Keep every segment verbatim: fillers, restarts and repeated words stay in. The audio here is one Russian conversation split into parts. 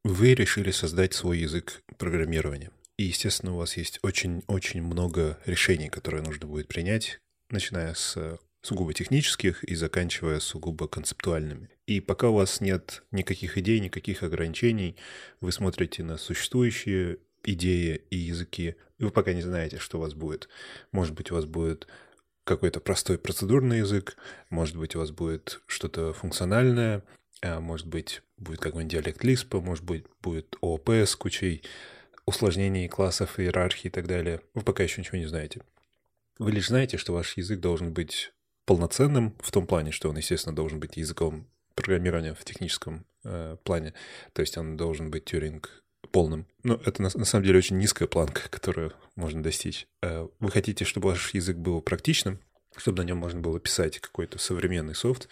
Вы решили создать свой язык программирования. И, естественно, у вас есть очень-очень много решений, которые нужно будет принять, начиная с э, сугубо технических и заканчивая сугубо концептуальными. И пока у вас нет никаких идей, никаких ограничений, вы смотрите на существующие идеи и языки, и вы пока не знаете, что у вас будет. Может быть, у вас будет какой-то простой процедурный язык, может быть, у вас будет что-то функциональное, а может быть, будет какой-нибудь диалект Лиспа, может быть, будет ООП с кучей усложнений классов, иерархии и так далее. Вы пока еще ничего не знаете. Вы лишь знаете, что ваш язык должен быть полноценным в том плане, что он, естественно, должен быть языком программирования в техническом э, плане. То есть он должен быть Тьюринг полным. Но это на, на самом деле очень низкая планка, которую можно достичь. Э, вы хотите, чтобы ваш язык был практичным, чтобы на нем можно было писать какой-то современный софт,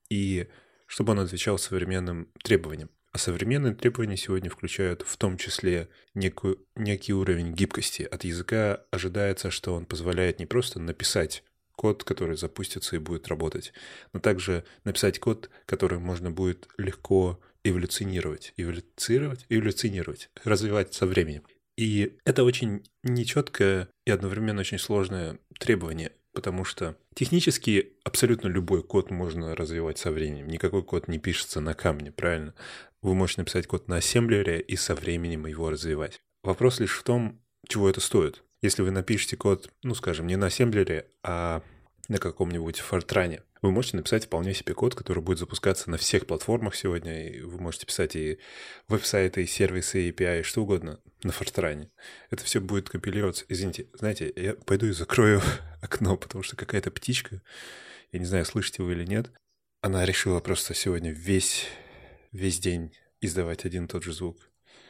и чтобы он отвечал современным требованиям. А современные требования сегодня включают в том числе некую, некий уровень гибкости. От языка ожидается, что он позволяет не просто написать код, который запустится и будет работать, но также написать код, который можно будет легко эволюционировать, эволюционировать, эволюционировать, развивать со временем. И это очень нечеткое и одновременно очень сложное требование, потому что технически абсолютно любой код можно развивать со временем. Никакой код не пишется на камне, правильно? Вы можете написать код на ассемблере и со временем его развивать. Вопрос лишь в том, чего это стоит. Если вы напишете код, ну, скажем, не на ассемблере, а на каком-нибудь фортране, вы можете написать вполне себе код, который будет запускаться на всех платформах сегодня, и вы можете писать и веб-сайты, и сервисы, и эй пи ай, что угодно на фортране. Это все будет компилироваться. Извините, знаете, я пойду и закрою окно, потому что какая-то птичка, я не знаю, слышите вы или нет, она решила просто сегодня весь, весь день издавать один и тот же звук.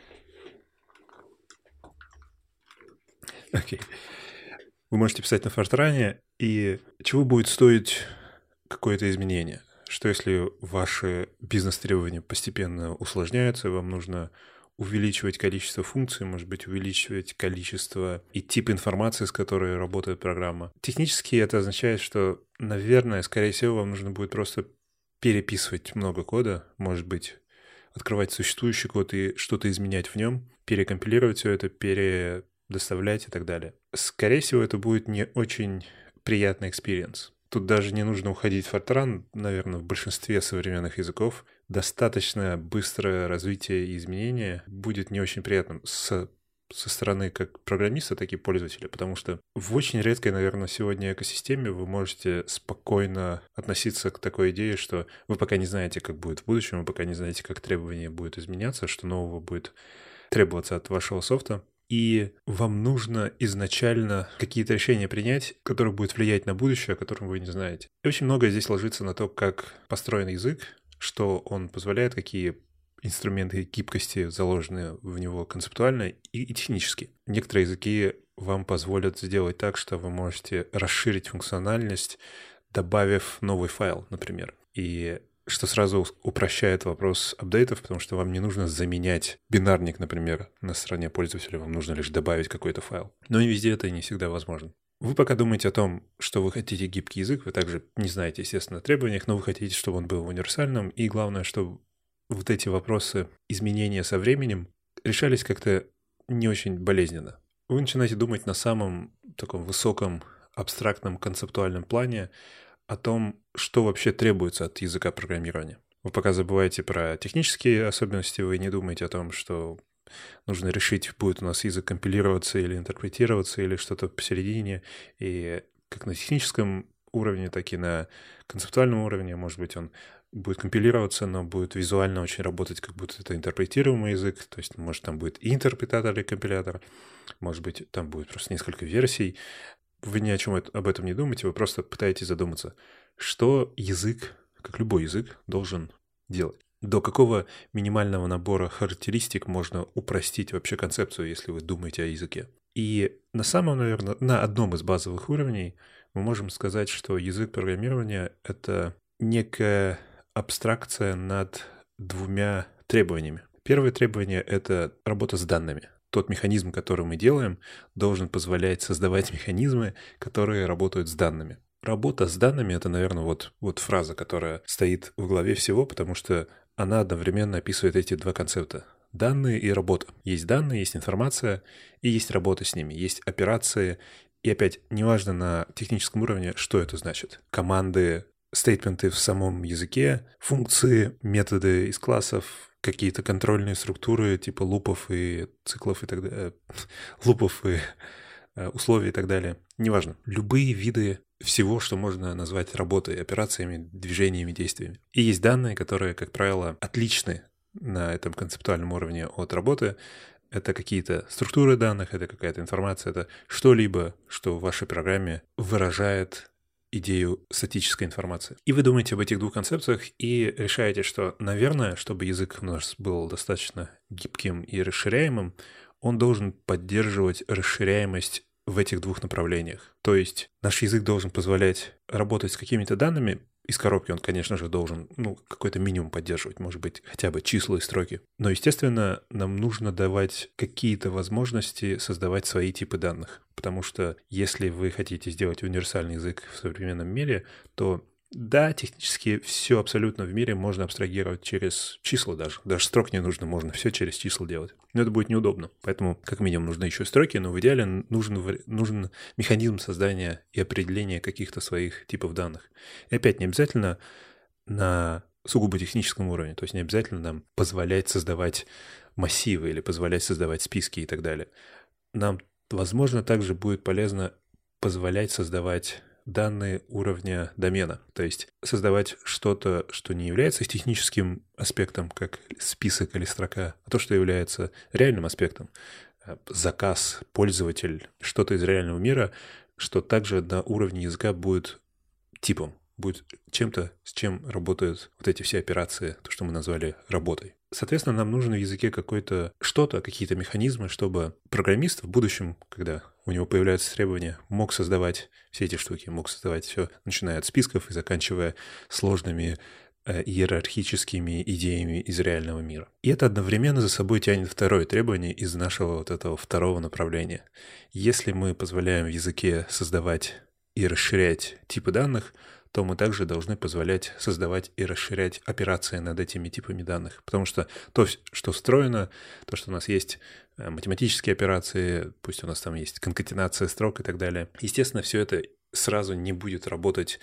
Окей. Вы можете писать на фортране, и чего будет стоить какое-то изменение? Что если ваши бизнес-требования постепенно усложняются, и вам нужно увеличивать количество функций, может быть, увеличивать количество и тип информации, с которой работает программа. Технически это означает, что, наверное, скорее всего, вам нужно будет просто переписывать много кода, может быть, открывать существующий код и что-то изменять в нем, перекомпилировать все это, передоставлять и так далее. Скорее всего, это будет не очень приятный экспириенс. Тут даже не нужно уходить в фортран, наверное, в большинстве современных языков. Достаточно быстрое развитие и изменение будет не очень приятным с, со стороны как программиста, так и пользователя, потому что в очень редкой, наверное, сегодня экосистеме вы можете спокойно относиться к такой идее, что вы пока не знаете, как будет в будущем, вы пока не знаете, как требование будет изменяться, что нового будет требоваться от вашего софта. И вам нужно изначально какие-то решения принять, которые будут влиять на будущее, о котором вы не знаете. И очень многое здесь ложится на то, как построен язык, что он позволяет, какие инструменты гибкости заложены в него концептуально и, и технически. Некоторые языки вам позволят сделать так, что вы можете расширить функциональность, добавив новый файл, например. И что сразу упрощает вопрос апдейтов, потому что вам не нужно заменять бинарник, например, на стороне пользователя, вам нужно лишь добавить какой-то файл. Но не везде это не всегда возможно. Вы пока думаете о том, что вы хотите гибкий язык, вы также не знаете, естественно, о требованиях, но вы хотите, чтобы он был универсальным, и главное, чтобы вот эти вопросы изменения со временем решались как-то не очень болезненно. Вы начинаете думать на самом таком высоком, абстрактном, концептуальном плане о том, что вообще требуется от языка программирования. Вы пока забываете про технические особенности, вы не думаете о том, что нужно решить, будет у нас язык компилироваться или интерпретироваться, или что-то посередине. И как на техническом уровне, так и на концептуальном уровне, может быть, он будет компилироваться, но будет визуально очень работать, как будто это интерпретируемый язык. То есть, может, там будет и интерпретатор, и компилятор. Может быть, там будет просто несколько версий. Вы ни о чем об этом не думаете, вы просто пытаетесь задуматься, что язык, как любой язык, должен делать. До какого минимального набора характеристик можно упростить вообще концепцию, если вы думаете о языке. И на самом, наверное, на одном из базовых уровней мы можем сказать, что язык программирования — это некая абстракция над двумя требованиями. Первое требование — это работа с данными. Тот механизм, который мы делаем, должен позволять создавать механизмы, которые работают с данными. Работа с данными — это, наверное, вот, вот фраза, которая стоит в голове всего, потому что она одновременно описывает эти два концепта. данные и работа. Есть данные, есть информация, и есть работа с ними, есть операции. И опять, неважно на техническом уровне, что это значит. Команды, стейтменты в самом языке, функции, методы из классов, какие-то контрольные структуры типа лупов и циклов и так далее, лупов и условий и так далее. Неважно. Любые виды всего, что можно назвать работой, операциями, движениями, действиями. И есть данные, которые, как правило, отличны на этом концептуальном уровне от работы. Это какие-то структуры данных, это какая-то информация, это что-либо, что в вашей программе выражает идею статической информации. И вы думаете об этих двух концепциях и решаете, что, наверное, чтобы язык у нас был достаточно гибким и расширяемым, он должен поддерживать расширяемость в этих двух направлениях. То есть наш язык должен позволять работать с какими-то данными. Из коробки он, конечно же, должен ну, какой-то минимум поддерживать, может быть, хотя бы числа и строки. Но, естественно, нам нужно давать какие-то возможности создавать свои типы данных. Потому что если вы хотите сделать универсальный язык в современном мире, то да, технически все абсолютно в мире можно абстрагировать через числа даже. Даже строк не нужно, можно все через числа делать. Но это будет неудобно. Поэтому, как минимум, нужны еще строки, но в идеале нужен, нужен механизм создания и определения каких-то своих типов данных. И опять, не обязательно на сугубо техническом уровне. То есть не обязательно нам позволять создавать массивы или позволять создавать списки и так далее. Нам, возможно, также будет полезно позволять создавать данные уровня домена, то есть создавать что-то, что не является техническим аспектом, как список или строка, а то, что является реальным аспектом. Заказ, пользователь, что-то из реального мира, что также на уровне языка будет типом, будет чем-то, с чем работают вот эти все операции, то, что мы назвали работой. Соответственно, нам нужно в языке какое-то что-то, какие-то механизмы, чтобы программист в будущем, когда у него появляются требования, мог создавать все эти штуки, мог создавать все, начиная от списков и заканчивая сложными э, иерархическими идеями из реального мира. И это одновременно за собой тянет второе требование из нашего вот этого второго направления. Если мы позволяем в языке создавать и расширять типы данных, то мы также должны позволять создавать и расширять операции над этими типами данных. Потому что то, что встроено, то, что у нас есть математические операции, пусть у нас там есть конкатенация строк и так далее, естественно, все это сразу не будет работать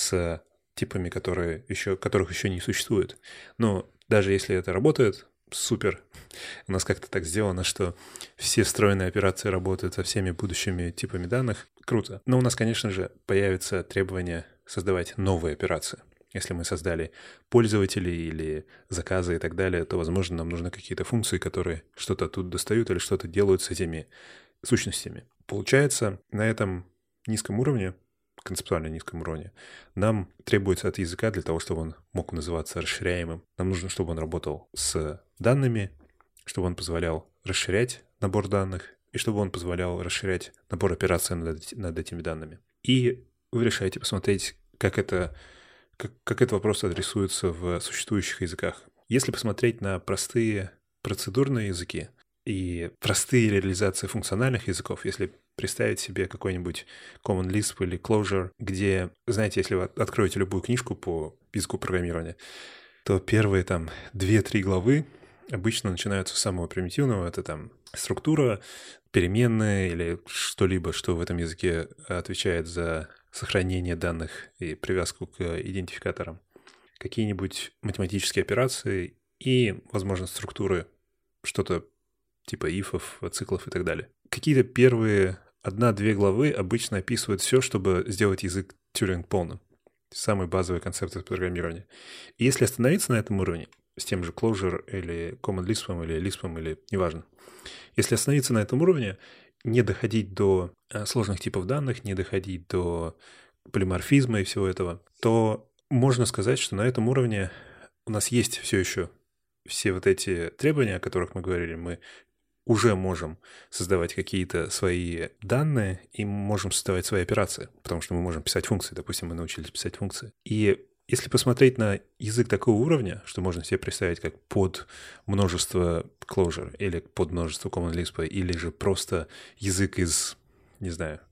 с типами, которые еще, которых еще не существует. Но даже если это работает, супер. У нас как-то так сделано, что все встроенные операции работают со всеми будущими типами данных. Круто. Но у нас, конечно же, появится требование создавать новые операции. Если мы создали пользователей или заказы и так далее, то, возможно, нам нужны какие-то функции, которые что-то оттуда достают или что-то делают с этими сущностями. Получается, на этом низком уровне, концептуально низком уровне, нам требуется от языка для того, чтобы он мог называться расширяемым. Нам нужно, чтобы он работал с данными, чтобы он позволял расширять набор данных и чтобы он позволял расширять набор операций над, над этими данными. И вы решаете посмотреть, как это, как, как этот вопрос адресуется в существующих языках. Если посмотреть на простые процедурные языки и простые реализации функциональных языков, если представить себе какой-нибудь Common Lisp или Clojure, где, знаете, если вы откроете любую книжку по языку программирования, то первые там две-три главы обычно начинаются с самого примитивного, это там структура, переменные или что-либо, что в этом языке отвечает за сохранение данных и привязку к идентификаторам, какие-нибудь математические операции и, возможно, структуры, что-то типа ифов, циклов и так далее. Какие-то первые одна-две главы обычно описывают все, чтобы сделать язык Тьюринг полным. Самый базовый концепт программирования. И если остановиться на этом уровне, с тем же Clojure или Common Lisp или Lisp, или неважно, если остановиться на этом уровне, не доходить до сложных типов данных, не доходить до полиморфизма и всего этого, то можно сказать, что на этом уровне у нас есть все еще все вот эти требования, о которых мы говорили, мы уже можем создавать какие-то свои данные и можем создавать свои операции, потому что мы можем писать функции, допустим, мы научились писать функции. И если посмотреть на язык такого уровня, что можно себе представить как под множество Clojure или под множество Common Lisp, или же просто язык из, не знаю,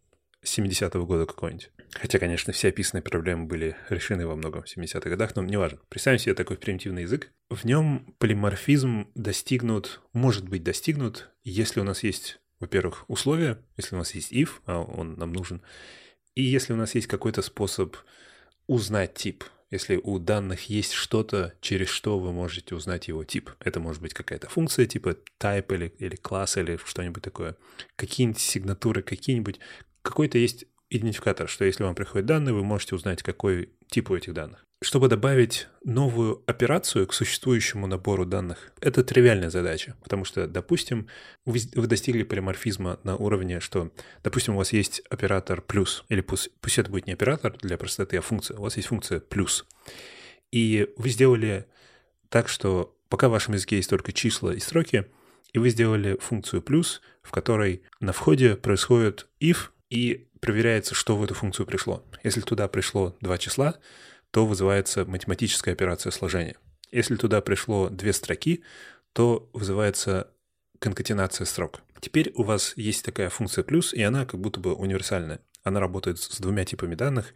семидесятого года какой-нибудь. Хотя, конечно, все описанные проблемы были решены во многом в семидесятых годах, но неважно. Представим себе такой примитивный язык. В нем полиморфизм достигнут, может быть достигнут, если у нас есть, во-первых, условия, если у нас есть if, а он нам нужен, и если у нас есть какой-то способ узнать тип. Если у данных есть что-то, через что вы можете узнать его тип. Это может быть какая-то функция типа type или, или класс или что-нибудь такое. Какие-нибудь сигнатуры, какие-нибудь... Какой-то есть идентификатор, что если вам приходят данные, вы можете узнать, какой тип у этих данных. Чтобы добавить новую операцию к существующему набору данных, это тривиальная задача, потому что, допустим, вы, вы достигли полиморфизма на уровне, что, допустим, у вас есть оператор плюс, или пусть, пусть это будет не оператор для простоты, а функция. У вас есть функция плюс. И вы сделали так, что пока в вашем языке есть только числа и строки, и вы сделали функцию плюс, в которой на входе происходит if, и проверяется, что в эту функцию пришло. Если туда пришло два числа, то вызывается математическая операция сложения. Если туда пришло две строки, то вызывается конкатенация строк. Теперь у вас есть такая функция плюс, и она как будто бы универсальная. Она работает с двумя типами данных,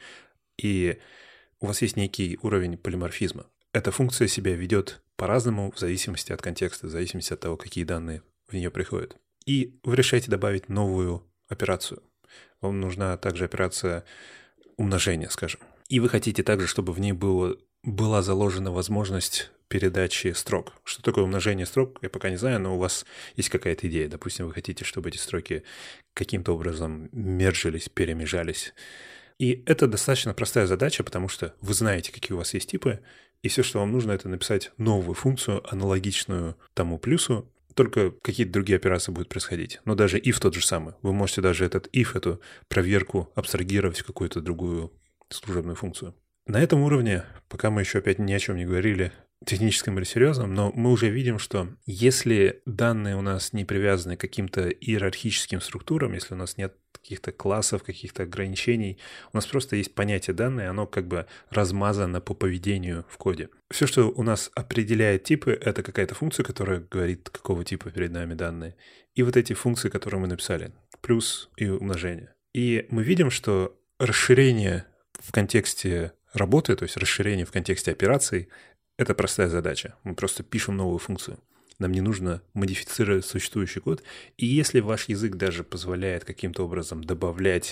и у вас есть некий уровень полиморфизма. Эта функция себя ведет по-разному в зависимости от контекста, в зависимости от того, какие данные в нее приходят. И вы решаете добавить новую операцию. Вам нужна также операция умножения, скажем. И вы хотите также, чтобы в ней было, была заложена возможность передачи строк. Что такое умножение строк, я пока не знаю, но у вас есть какая-то идея. Допустим, вы хотите, чтобы эти строки каким-то образом мержились, перемежались. И это достаточно простая задача, потому что вы знаете, какие у вас есть типы, и все, что вам нужно, это написать новую функцию, аналогичную тому плюсу, только какие-то другие операции будут происходить. Но даже if тот же самый. Вы можете даже этот if, эту проверку абстрагировать в какую-то другую служебную функцию. На этом уровне, пока мы еще опять ни о чем не говорили, техническом или серьезном, но мы уже видим, что если данные у нас не привязаны к каким-то иерархическим структурам, если у нас нет каких-то классов, каких-то ограничений, у нас просто есть понятие данные, оно как бы размазано по поведению в коде. Все, что у нас определяет типы, это какая-то функция, которая говорит, какого типа перед нами данные. И вот эти функции, которые мы написали, плюс и умножение. И мы видим, что расширение в контексте работы, то есть расширение в контексте операций, это простая задача. Мы просто пишем новую функцию. Нам не нужно модифицировать существующий код. И если ваш язык даже позволяет каким-то образом добавлять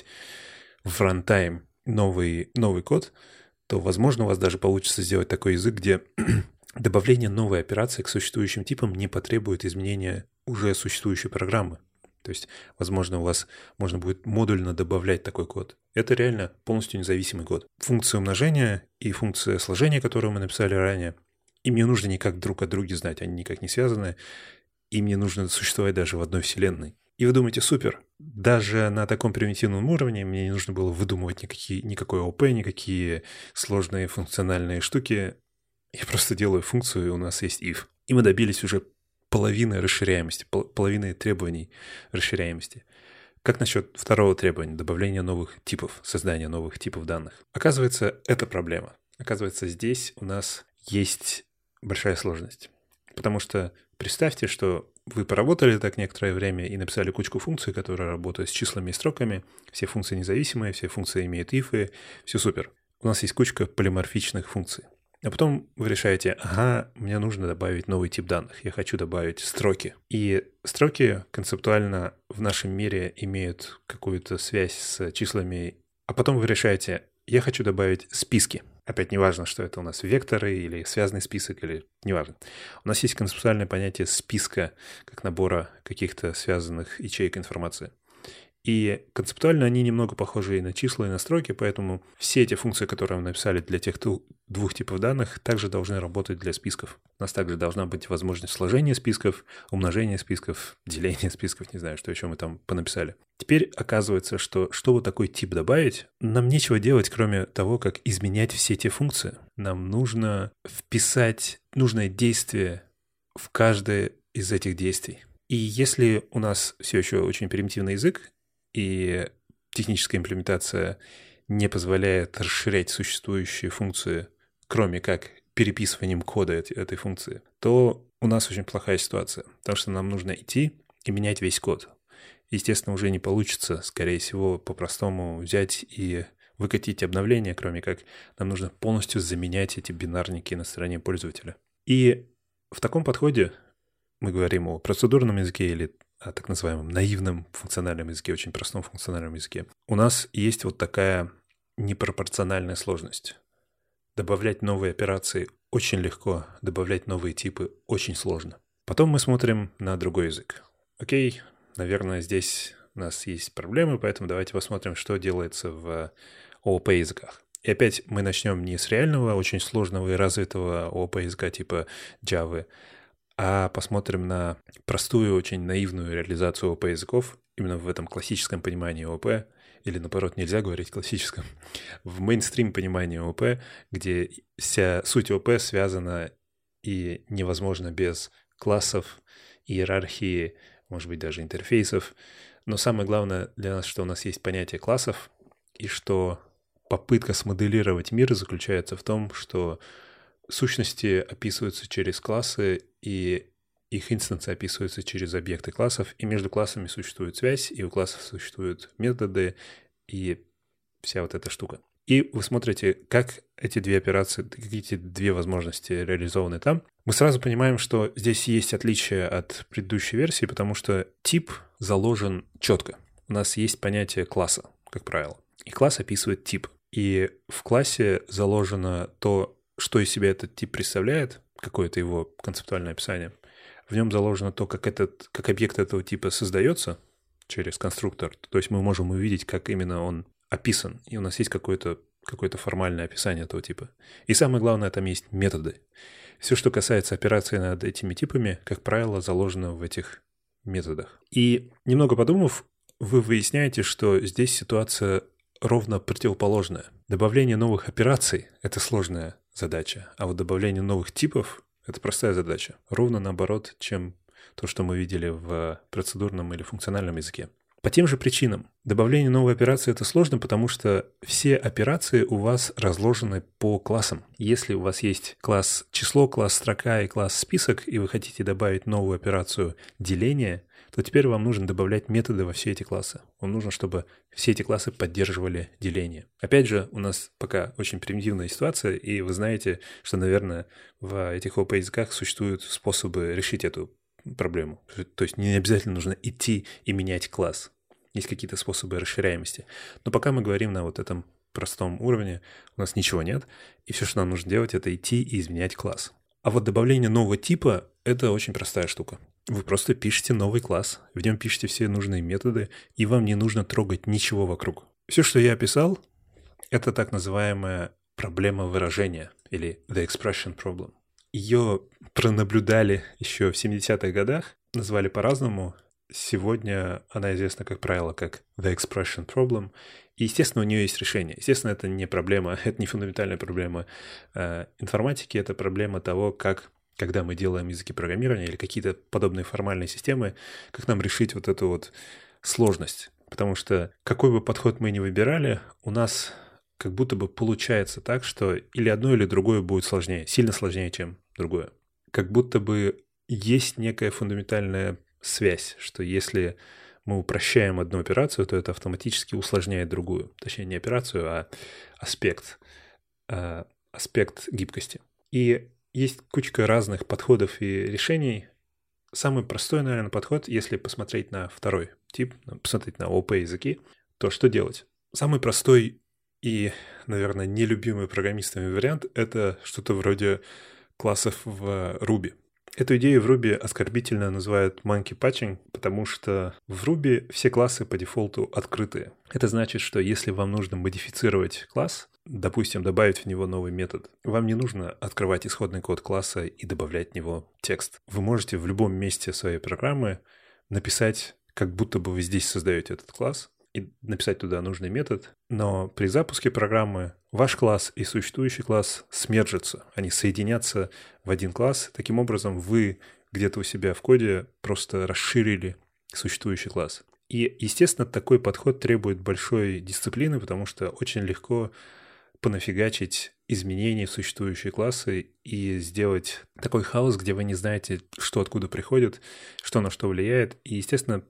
в рантайм новый, новый код, то, возможно, у вас даже получится сделать такой язык, где добавление новой операции к существующим типам не потребует изменения уже существующей программы. То есть, возможно, у вас можно будет модульно добавлять такой код. Это реально полностью независимый код. Функция умножения и функция сложения, которую мы написали ранее, им не нужно никак друг о друге знать, они никак не связаны, им не нужно существовать даже в одной вселенной. И вы думаете, супер, даже на таком примитивном уровне мне не нужно было выдумывать никакие, никакой ОП, никакие сложные функциональные штуки. Я просто делаю функцию, и у нас есть if. И мы добились уже половины расширяемости, половины требований расширяемости. Как насчет второго требования, добавления новых типов, создания новых типов данных? Оказывается, это проблема. Оказывается, здесь у нас есть большая сложность. Потому что представьте, что вы поработали так некоторое время и написали кучку функций, которые работают с числами и строками. Все функции независимые, все функции имеют ифы, все супер. У нас есть кучка полиморфичных функций. А потом вы решаете, ага, мне нужно добавить новый тип данных. Я хочу добавить строки. И строки концептуально в нашем мире имеют какую-то связь с числами. А потом вы решаете, я хочу добавить списки. Опять неважно, что это у нас векторы или связанный список, или неважно. У нас есть концептуальное понятие списка как набора каких-то связанных ячеек информации. И концептуально они немного похожи и на числа, и на строки, поэтому все эти функции, которые мы написали для тех двух типов данных, также должны работать для списков. У нас также должна быть возможность сложения списков, умножения списков, деления списков, не знаю, что еще мы там понаписали. Теперь оказывается, что чтобы такой тип добавить, нам нечего делать, кроме того, как изменять все эти функции. Нам нужно вписать нужное действие в каждое из этих действий. И если у нас все еще очень примитивный язык, и техническая имплементация не позволяет расширять существующие функции, кроме как переписыванием кода этой функции, то у нас очень плохая ситуация, потому что нам нужно идти и менять весь код. естественно, уже не получится, скорее всего, по-простому взять и выкатить обновление, кроме как нам нужно полностью заменять эти бинарники на стороне пользователя. И в таком подходе мы говорим о процедурном языке или о так называемом наивном функциональном языке, очень простом функциональном языке. У нас есть вот такая непропорциональная сложность. Добавлять новые операции очень легко, добавлять новые типы очень сложно. Потом мы смотрим на другой язык. Окей, наверное, здесь у нас есть проблемы, поэтому давайте посмотрим, что делается в ООП языках. И опять мы начнем не с реального, очень сложного и развитого ООП языка типа Java, а посмотрим на простую, очень наивную реализацию ООП языков, именно в этом классическом понимании ООП, или наоборот, нельзя говорить классическом, в мейнстрим понимании ООП, где вся суть ООП связана и невозможно без классов, иерархии, может быть, даже интерфейсов. Но самое главное для нас, что у нас есть понятие классов, и что попытка смоделировать мир заключается в том, что сущности описываются через классы, и их инстансы описываются через объекты классов, и между классами существует связь, и у классов существуют методы, и вся вот эта штука. И вы смотрите, как эти две операции, какие эти две возможности реализованы там. Мы сразу понимаем, что здесь есть отличие от предыдущей версии, потому что тип заложен четко. У нас есть понятие класса, как правило. И класс описывает тип. И в классе заложено то, что из себя этот тип представляет, какое-то его концептуальное описание. В нем заложено то, как, этот, как объект этого типа создается через конструктор. То есть мы можем увидеть, как именно он описан, и у нас есть какое-то, какое-то формальное описание этого типа. И самое главное, там есть методы. Все, что касается операции над этими типами, как правило, заложено в этих методах. И немного подумав, вы выясняете, что здесь ситуация ровно противоположная. Добавление новых операций — это сложная задача, а вот добавление новых типов — это простая задача. Ровно наоборот, чем то, что мы видели в процедурном или функциональном языке. По тем же причинам. Добавление новой операции — это сложно, потому что все операции у вас разложены по классам. Если у вас есть класс число, класс строка и класс список, и вы хотите добавить новую операцию деления, то теперь вам нужно добавлять методы во все эти классы. Вам нужно, чтобы все эти классы поддерживали деление. Опять же, у нас пока очень примитивная ситуация, и вы знаете, что, наверное, в этих ООП-языках существуют способы решить эту проблему. То есть не обязательно нужно идти и менять класс. Есть какие-то способы расширяемости. Но пока мы говорим на вот этом простом уровне, у нас ничего нет, и все, что нам нужно делать, это идти и изменять класс. А вот добавление нового типа — это очень простая штука. Вы просто пишете новый класс, в нем пишете все нужные методы, и вам не нужно трогать ничего вокруг. Все, что я описал, это так называемая проблема выражения, или the expression problem. Ее пронаблюдали еще в семидесятых годах, назвали по-разному. Сегодня она известна, как правило, как the expression problem. И, естественно, у нее есть решение. Естественно, это не проблема, это не фундаментальная проблема э, информатики, это проблема того, как, когда мы делаем языки программирования или какие-то подобные формальные системы, как нам решить вот эту вот сложность. Потому что какой бы подход мы ни выбирали, у нас как будто бы получается так, что или одно, или другое будет сложнее, сильно сложнее, чем другое. Как будто бы есть некая фундаментальная связь, что если мы упрощаем одну операцию, то это автоматически усложняет другую. Точнее, не операцию, а аспект, а аспект гибкости. И есть кучка разных подходов и решений. Самый простой, наверное, подход, если посмотреть на второй тип, посмотреть на ООП-языки, то что делать? Самый простой и, наверное, нелюбимый программистами вариант — это что-то вроде классов в Ruby. Эту идею в Ruby оскорбительно называют monkey patching, потому что в Ruby все классы по дефолту открытые. Это значит, что если вам нужно модифицировать класс, допустим, добавить в него новый метод, вам не нужно открывать исходный код класса и добавлять в него текст. Вы можете в любом месте своей программы написать, как будто бы вы здесь создаете этот класс, и написать туда нужный метод, но при запуске программы ваш класс и существующий класс смержатся, они соединятся в один класс. Таким образом, вы где-то у себя в коде просто расширили существующий класс. И, естественно, такой подход требует большой дисциплины, потому что очень легко понафигачить изменения в существующие классы и сделать такой хаос, где вы не знаете, что откуда приходит, что на что влияет. И, естественно,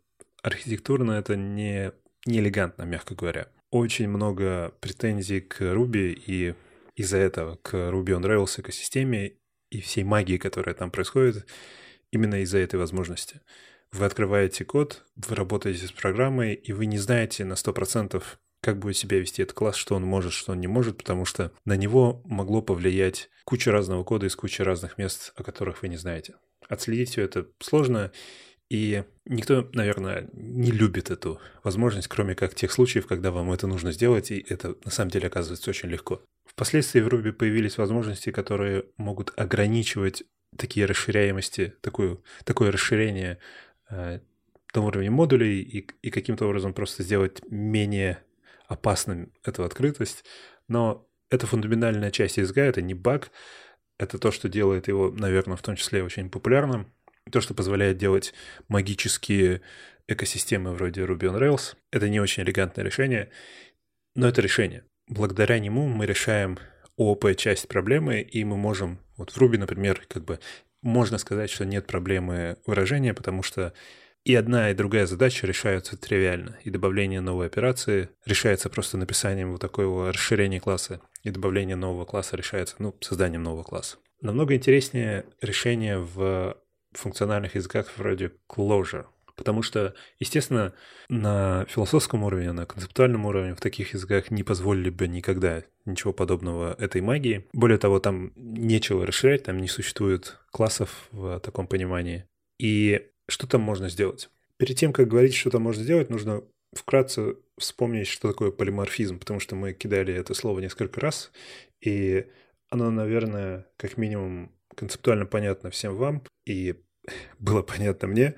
архитектурно это не, не элегантно, мягко говоря. Очень много претензий к Ruby и из-за этого к Ruby on Rails экосистеме и всей магии, которая там происходит, именно из-за этой возможности. Вы открываете код, вы работаете с программой, и вы не знаете на сто процентов, как будет себя вести этот класс, что он может, что он не может, потому что на него могло повлиять куча разного кода из кучи разных мест, о которых вы не знаете. Отследить все это сложно, и никто, наверное, не любит эту возможность, кроме как тех случаев, когда вам это нужно сделать, и это на самом деле оказывается очень легко. Впоследствии в Ruby появились возможности, которые могут ограничивать такие расширяемости, такую, такое расширение э, на уровне модулей и, и каким-то образом просто сделать менее опасным эту открытость. Но это фундаментальная часть языка, это не баг, это то, что делает его, наверное, в том числе очень популярным. То, что позволяет делать магические экосистемы вроде Ruby on Rails. Это не очень элегантное решение, но это решение. Благодаря нему мы решаем ООП-часть проблемы, и мы можем... Вот в Ruby, например, как бы можно сказать, что нет проблемы выражения, потому что и одна, и другая задача решаются тривиально. И добавление новой операции решается просто написанием вот такого расширения класса, и добавление нового класса решается, ну, созданием нового класса. Намного интереснее решение в функциональных языках вроде Clojure. Потому что, естественно, на философском уровне, на концептуальном уровне в таких языках не позволили бы никогда ничего подобного этой магии. Более того, там нечего расширять, там не существует классов в таком понимании. И что там можно сделать? Перед тем, как говорить, что там можно сделать, нужно вкратце вспомнить, что такое полиморфизм, потому что мы кидали это слово несколько раз, и оно, наверное, как минимум концептуально понятно всем вам, и было понятно мне,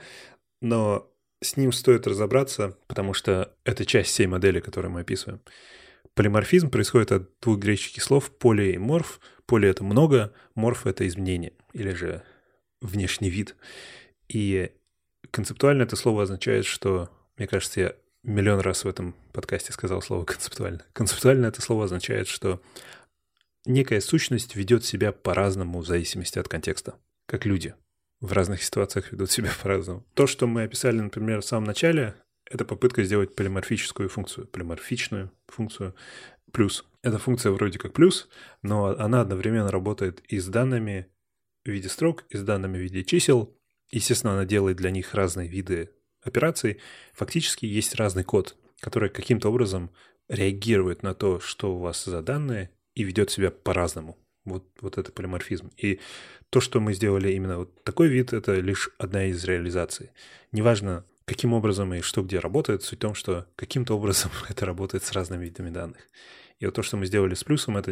но с ним стоит разобраться, потому что это часть всей модели, которую мы описываем. Полиморфизм происходит от двух греческих слов «поле» и «морф». «Поле» — это много, «морф» — это изменение, или же внешний вид. И концептуально это слово означает, что, мне кажется, я миллион раз в этом подкасте сказал слово «концептуально». Концептуально это слово означает, что некая сущность ведет себя по-разному в зависимости от контекста, как люди в разных ситуациях ведут себя по-разному. То, что мы описали, например, в самом начале, это попытка сделать полиморфическую функцию, полиморфичную функцию плюс. Эта функция вроде как плюс, но она одновременно работает и с данными в виде строк, и с данными в виде чисел. Естественно, она делает для них разные виды операций. Фактически есть разный код, который каким-то образом реагирует на то, что у вас за данные, и ведет себя по-разному. Вот, вот это полиморфизм. И то, что мы сделали именно вот такой вид, это лишь одна из реализаций. Неважно, каким образом и что где работает, суть в том, что каким-то образом это работает с разными видами данных. И вот то, что мы сделали с плюсом, это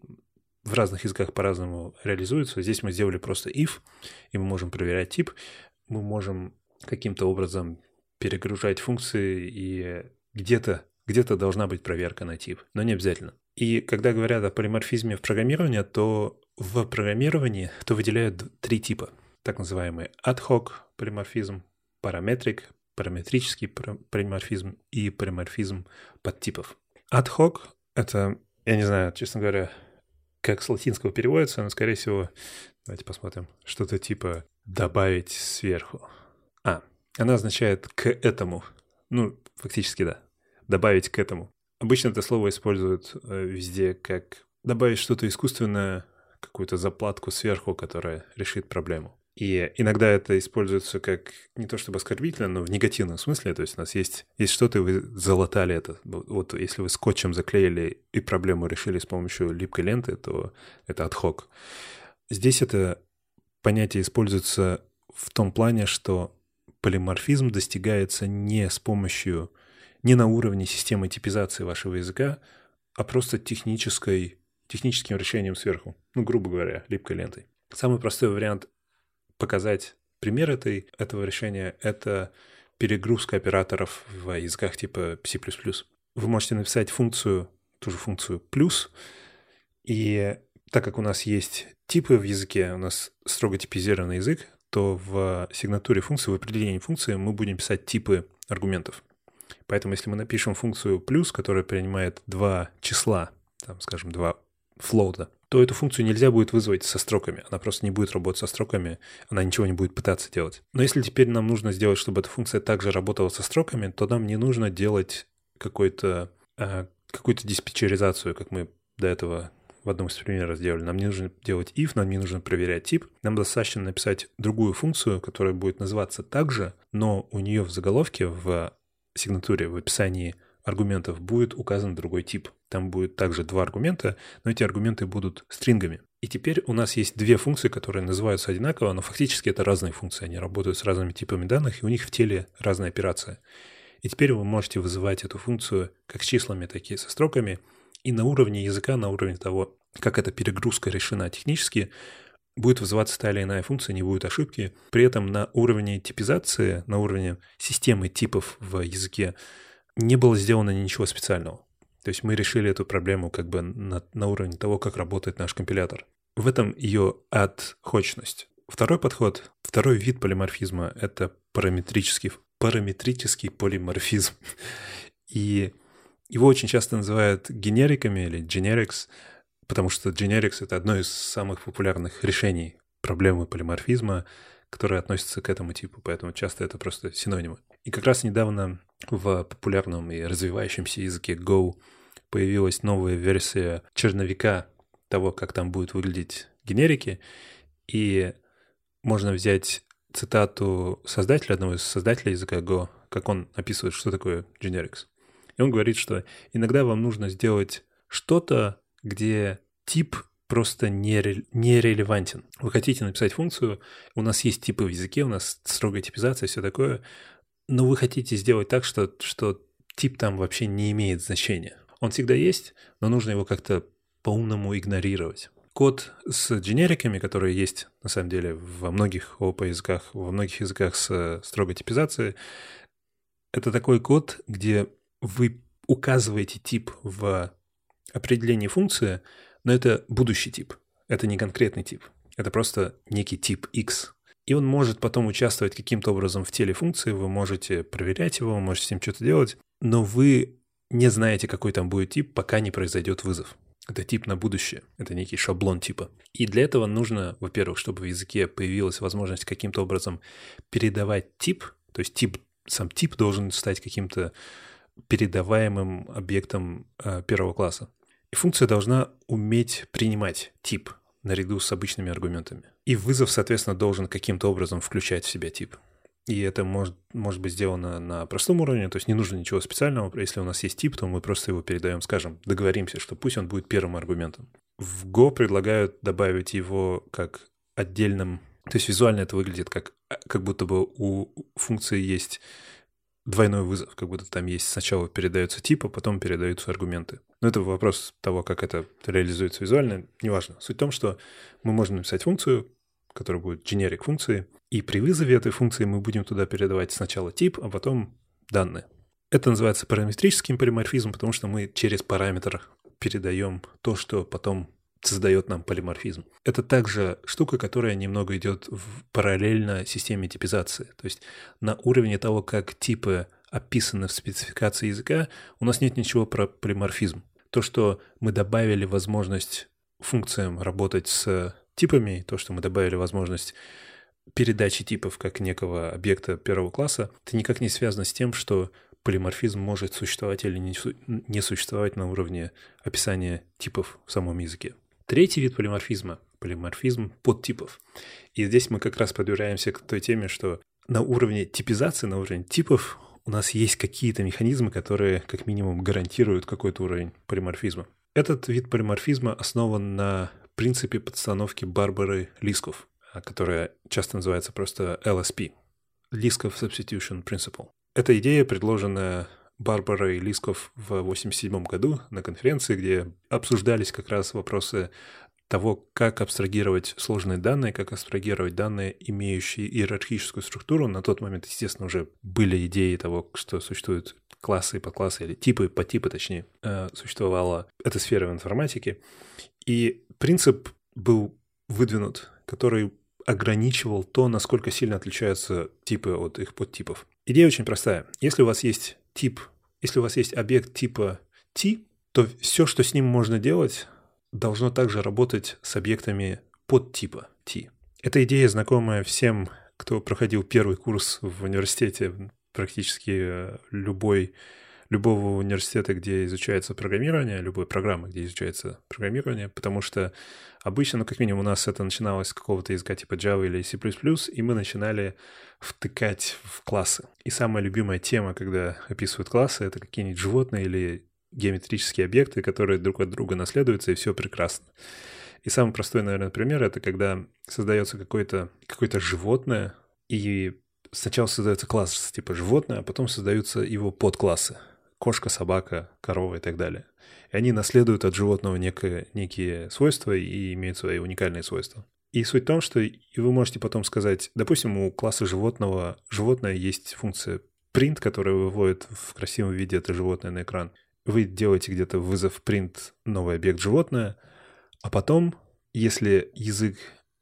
в разных языках по-разному реализуется. Здесь мы сделали просто if, и мы можем проверять тип, мы можем каким-то образом перегружать функции, и где-то, где-то должна быть проверка на тип, но не обязательно. И когда говорят о полиморфизме в программировании, то в программировании то выделяют три типа. Так называемый ad-hoc полиморфизм, параметрик, параметрический полиморфизм и полиморфизм подтипов. Ad-hoc — это, я не знаю, честно говоря, как с латинского переводится, но, скорее всего, давайте посмотрим, что-то типа «добавить сверху». А, она означает «к этому». Ну, фактически, да. «Добавить к этому». Обычно это слово используют везде как добавить что-то искусственное, какую-то заплатку сверху, которая решит проблему. И иногда это используется как не то чтобы оскорбительно, но в негативном смысле. То есть у нас есть, есть что-то, и вы залатали это. Вот если вы скотчем заклеили и проблему решили с помощью липкой ленты, то это ad-hoc. Здесь это понятие используется в том плане, что полиморфизм достигается не с помощью, не на уровне системы типизации вашего языка, а просто технической, техническим решением сверху. Ну, грубо говоря, липкой лентой. Самый простой вариант показать пример этой, этого решения — это перегрузка операторов в языках типа C++. Вы можете написать функцию, ту же функцию плюс, и так как у нас есть типы в языке, у нас строго типизированный язык, то в сигнатуре функции, в определении функции мы будем писать типы аргументов. Поэтому если мы напишем функцию плюс, которая принимает два числа, там, скажем, два флоута, то эту функцию нельзя будет вызвать со строками. Она просто не будет работать со строками, она ничего не будет пытаться делать. Но если теперь нам нужно сделать, чтобы эта функция также работала со строками, то нам не нужно делать какой-то, а, какую-то диспетчеризацию, как мы до этого в одном из примеров сделали. Нам не нужно делать if, нам не нужно проверять тип. Нам достаточно написать другую функцию, которая будет называться так же, но у нее в заголовке, в сигнатуре, в описании аргументов будет указан другой тип. Там будет также два аргумента, но эти аргументы будут стрингами. И теперь у нас есть две функции, которые называются одинаково, но фактически это разные функции. Они работают с разными типами данных, и у них в теле разная операция. И теперь вы можете вызывать эту функцию как с числами, так и со строками. И на уровне языка, на уровне того, как эта перегрузка решена технически, будет вызываться та или иная функция, не будет ошибки. При этом на уровне типизации, на уровне системы типов в языке не было сделано ничего специального. То есть мы решили эту проблему как бы на, на уровне того, как работает наш компилятор. В этом ее отхочность. Второй подход, второй вид полиморфизма — это параметрический, параметрический полиморфизм. И его очень часто называют генериками или generics, потому что generics — это одно из самых популярных решений проблемы полиморфизма, которые относятся к этому типу, поэтому часто это просто синонимы. И как раз недавно в популярном и развивающемся языке Go появилась новая версия черновика того, как там будут выглядеть генерики, и можно взять цитату создателя, одного из создателей языка Go, как он описывает, что такое generics. И он говорит, что иногда вам нужно сделать что-то, где тип просто нере- нерелевантен. Вы хотите написать функцию, у нас есть типы в языке, у нас строгая типизация, все такое, но вы хотите сделать так, что, что тип там вообще не имеет значения. Он всегда есть, но нужно его как-то по-умному игнорировать. Код с дженериками, которые есть на самом деле во многих ООП языках, во многих языках с строгой типизацией, это такой код, где вы указываете тип в определении функции, но это будущий тип, это не конкретный тип, это просто некий тип X. И он может потом участвовать каким-то образом в теле функции, вы можете проверять его, вы можете с ним что-то делать, но вы не знаете, какой там будет тип, пока не произойдет вызов. Это тип на будущее, это некий шаблон типа. И для этого нужно, во-первых, чтобы в языке появилась возможность каким-то образом передавать тип, то есть тип, сам тип должен стать каким-то передаваемым объектом э, первого класса. И функция должна уметь принимать тип наряду с обычными аргументами. И вызов, соответственно, должен каким-то образом включать в себя тип. И это может, может быть сделано на простом уровне, то есть не нужно ничего специального. Если у нас есть тип, то мы просто его передаем, скажем, договоримся, что пусть он будет первым аргументом. В Go предлагают добавить его как отдельным... То есть визуально это выглядит как, как будто бы у функции есть двойной вызов, как будто там есть сначала передается тип, а потом передаются аргументы. Но это вопрос того, как это реализуется визуально, неважно. Суть в том, что мы можем написать функцию, которая будет generic функции, и при вызове этой функции мы будем туда передавать сначала тип, а потом данные. Это называется параметрическим полиморфизмом, потому что мы через параметр передаем то, что потом создает нам полиморфизм. Это также штука, которая немного идет в параллельно системе типизации. То есть на уровне того, как типы описаны в спецификации языка, у нас нет ничего про полиморфизм. То, что мы добавили возможность функциям работать с типами, то, что мы добавили возможность передачи типов как некого объекта первого класса, это никак не связано с тем, что полиморфизм может существовать или не существовать на уровне описания типов в самом языке. Третий вид полиморфизма – полиморфизм подтипов. И здесь мы как раз подбираемся к той теме, что на уровне типизации, на уровне типов у нас есть какие-то механизмы, которые как минимум гарантируют какой-то уровень полиморфизма. Этот вид полиморфизма основан на принципе подстановки Барбары Лисков, которая часто называется просто эл эс пи – Liskov Substitution Principle. Эта идея, предложенная Барбарой Лисков в восемьдесят седьмом году на конференции, где обсуждались как раз вопросы того, как абстрагировать сложные данные, как абстрагировать данные, имеющие иерархическую структуру. На тот момент, естественно, уже были идеи того, что существуют классы и подклассы, или типы, подтипы, точнее, существовала эта сфера в информатике. И принцип был выдвинут, который ограничивал то, насколько сильно отличаются типы от их подтипов. Идея очень простая. Если у вас есть тип, если у вас есть объект типа T, то все, что с ним можно делать, должно также работать с объектами подтипа T. Эта идея знакомая всем, кто проходил первый курс в университете, практически любой, любого университета, где изучается программирование, любой программы, где изучается программирование, потому что обычно, ну, как минимум, у нас это начиналось с какого-то языка типа Java или C++, и мы начинали втыкать в классы. И самая любимая тема, когда описывают классы, это какие-нибудь животные или геометрические объекты, которые друг от друга наследуются, и все прекрасно. И самый простой, наверное, пример — это когда создается какое-то, какое-то животное, и сначала создается класс типа животное, а потом создаются его подклассы. Кошка, собака, корова и так далее. И они наследуют от животного некое, некие свойства и имеют свои уникальные свойства. И суть в том, что вы можете потом сказать, допустим, у класса животного, животное есть функция print, которая выводит в красивом виде это животное на экран. Вы делаете где-то вызов print новый объект животное, а потом, если язык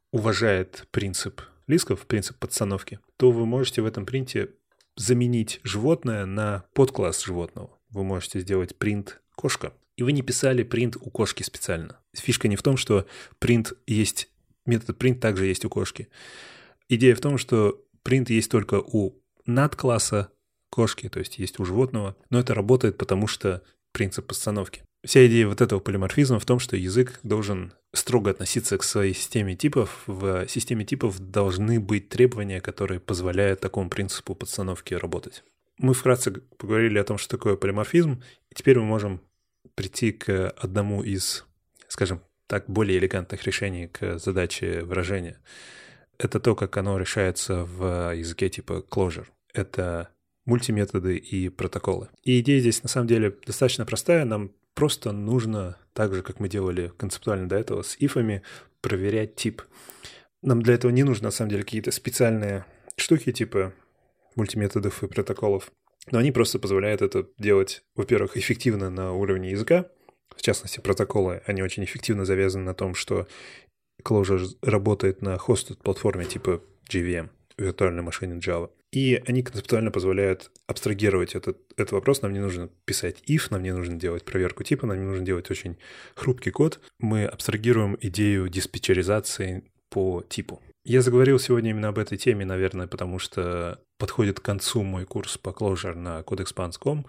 уважает принцип лисков, принцип подстановки, то вы можете в этом принте заменить животное на подкласс животного. Вы можете сделать print кошка. И вы не писали print у кошки специально. Фишка не в том, что print есть, метод print также есть у кошки. Идея в том, что print есть только у надкласса кошки, то есть есть у животного, но это работает, потому что принцип подстановки. Вся идея вот этого полиморфизма в том, что язык должен строго относиться к своей системе типов. В системе типов должны быть требования, которые позволяют такому принципу подстановки работать. Мы вкратце поговорили о том, что такое полиморфизм, и теперь мы можем прийти к одному из, скажем так, более элегантных решений к задаче выражения. Это то, как оно решается в языке типа Clojure. Это мультиметоды и протоколы. И идея здесь на самом деле достаточно простая. Нам просто нужно, так же, как мы делали концептуально до этого с ифами, проверять тип. Нам для этого не нужно, на самом деле, какие-то специальные штуки типа мультиметодов и протоколов, но они просто позволяют это делать, во-первых, эффективно на уровне языка. В частности, протоколы, они очень эффективно завязаны на том, что Clojure работает на hosted платформе типа джей ви эм, виртуальной машине Java. И они концептуально позволяют абстрагировать этот, этот вопрос. Нам не нужно писать if, нам не нужно делать проверку типа, нам не нужно делать очень хрупкий код. Мы абстрагируем идею диспетчеризации по типу. Я заговорил сегодня именно об этой теме, наверное, потому что подходит к концу мой курс по Clojure на codeexpanse точка ком.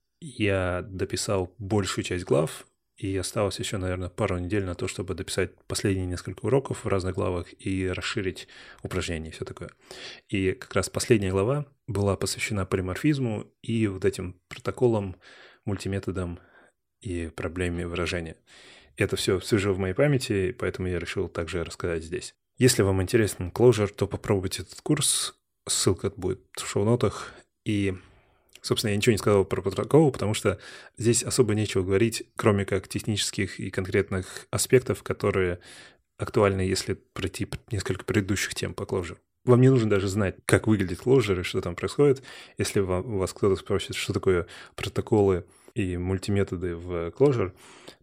Я дописал большую часть глав, и осталось еще, наверное, пару недель на то, чтобы дописать последние несколько уроков в разных главах и расширить упражнения и все такое. И как раз последняя глава была посвящена полиморфизму и вот этим протоколам, мультиметодам и проблеме выражения. Это все свежо в моей памяти, поэтому я решил также рассказать здесь. Если вам интересен Clojure, то попробуйте этот курс. Ссылка будет в шоу-нотах. И, собственно, я ничего не сказал про протокол, потому что здесь особо нечего говорить, кроме как технических и конкретных аспектов, которые актуальны, если пройти несколько предыдущих тем по Clojure. Вам не нужно даже знать, как выглядит Clojure и что там происходит. Если вам, у вас кто-то спросит, что такое протоколы и мультиметоды в Clojure,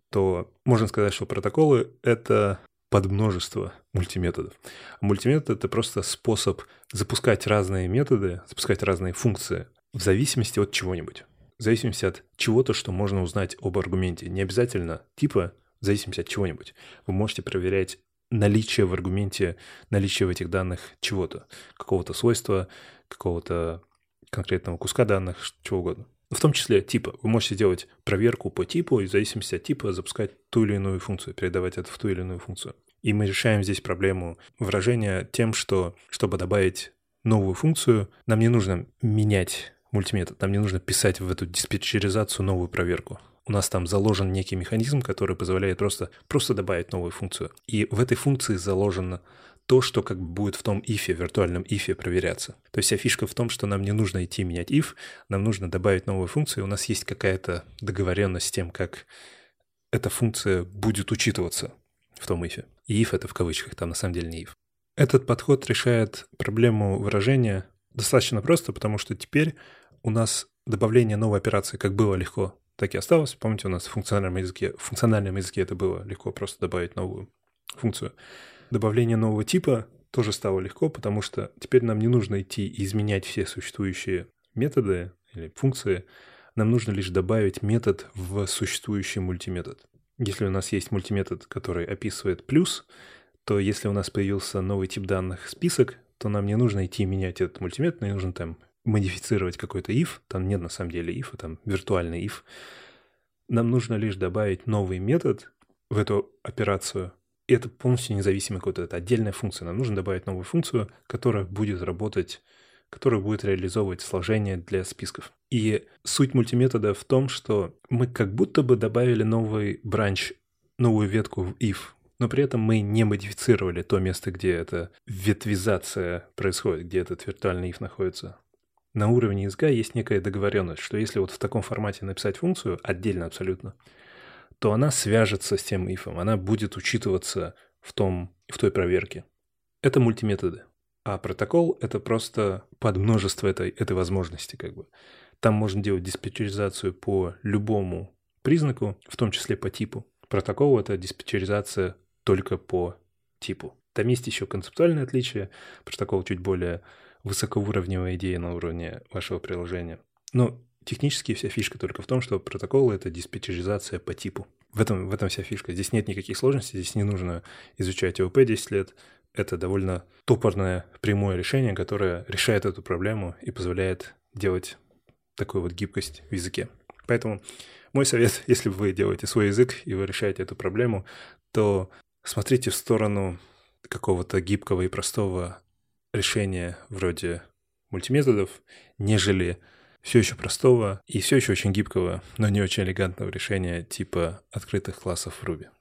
то можно сказать, что протоколы — это подмножество мультиметодов. А мультиметод — это просто способ запускать разные методы, запускать разные функции в зависимости от чего-нибудь. В зависимости от чего-то, что можно узнать об аргументе. Не обязательно типа, в зависимости от чего-нибудь. Вы можете проверять наличие в аргументе, наличие в этих данных чего-то, какого-то свойства, какого-то конкретного куска данных, чего угодно. В том числе типа. Вы можете делать проверку по типу и в зависимости от типа запускать ту или иную функцию, передавать это в ту или иную функцию. И мы решаем здесь проблему выражения тем, что, чтобы добавить новую функцию, нам не нужно менять мультиметод, нам не нужно писать в эту диспетчеризацию новую проверку. У нас там заложен некий механизм, который позволяет просто, просто добавить новую функцию. И в этой функции заложено то, что как бы будет в том ифе, виртуальном ифе проверяться. То есть вся фишка в том, что нам не нужно идти менять if, нам нужно добавить новую функцию, у нас есть какая-то договоренность с тем, как эта функция будет учитываться в том ифе. И if — это в кавычках, там на самом деле не if. Этот подход решает проблему выражения достаточно просто, потому что теперь у нас добавление новой операции как было легко, так и осталось. Помните, у нас в функциональном языке, в функциональном языке это было легко просто добавить новую функцию. Добавление нового типа тоже стало легко, потому что теперь нам не нужно идти и изменять все существующие методы или функции. Нам нужно лишь добавить метод в существующий мультиметод. Если у нас есть мультиметод, который описывает плюс, то если у нас появился новый тип данных список, то нам не нужно идти менять этот мультиметод, не нужно там модифицировать какой-то if, там нет на самом деле if, там виртуальный if. Нам нужно лишь добавить новый метод в эту операцию, и это полностью независимый код, это отдельная функция. Нам нужно добавить новую функцию, которая будет работать, которая будет реализовывать сложение для списков. И суть мультиметода в том, что мы как будто бы добавили новый бранч, новую ветку в if, но при этом мы не модифицировали то место, где эта ветвизация происходит, где этот виртуальный if находится. На уровне ис джи эй есть некая договоренность, что если вот в таком формате написать функцию, отдельно абсолютно, то она свяжется с тем if, она будет учитываться в, том, в той проверке. Это мультиметоды. А протокол — это просто подмножество этой, этой возможности. Как бы. Там можно делать диспетчеризацию по любому признаку, в том числе по типу. Протокол — это диспетчеризация только по типу. Там есть еще концептуальные отличия. Протокол чуть более высокоуровневая идея на уровне вашего приложения. Но технически вся фишка только в том, что протокол — это диспетчеризация по типу. В этом, в этом вся фишка. Здесь нет никаких сложностей, здесь не нужно изучать ООП десять лет. Это довольно топорное прямое решение, которое решает эту проблему и позволяет делать такую вот гибкость в языке. Поэтому мой совет, если вы делаете свой язык и вы решаете эту проблему, то смотрите в сторону какого-то гибкого и простого решения вроде мультиметодов, нежели все еще простого и все еще очень гибкого, но не очень элегантного решения типа открытых классов в Ruby.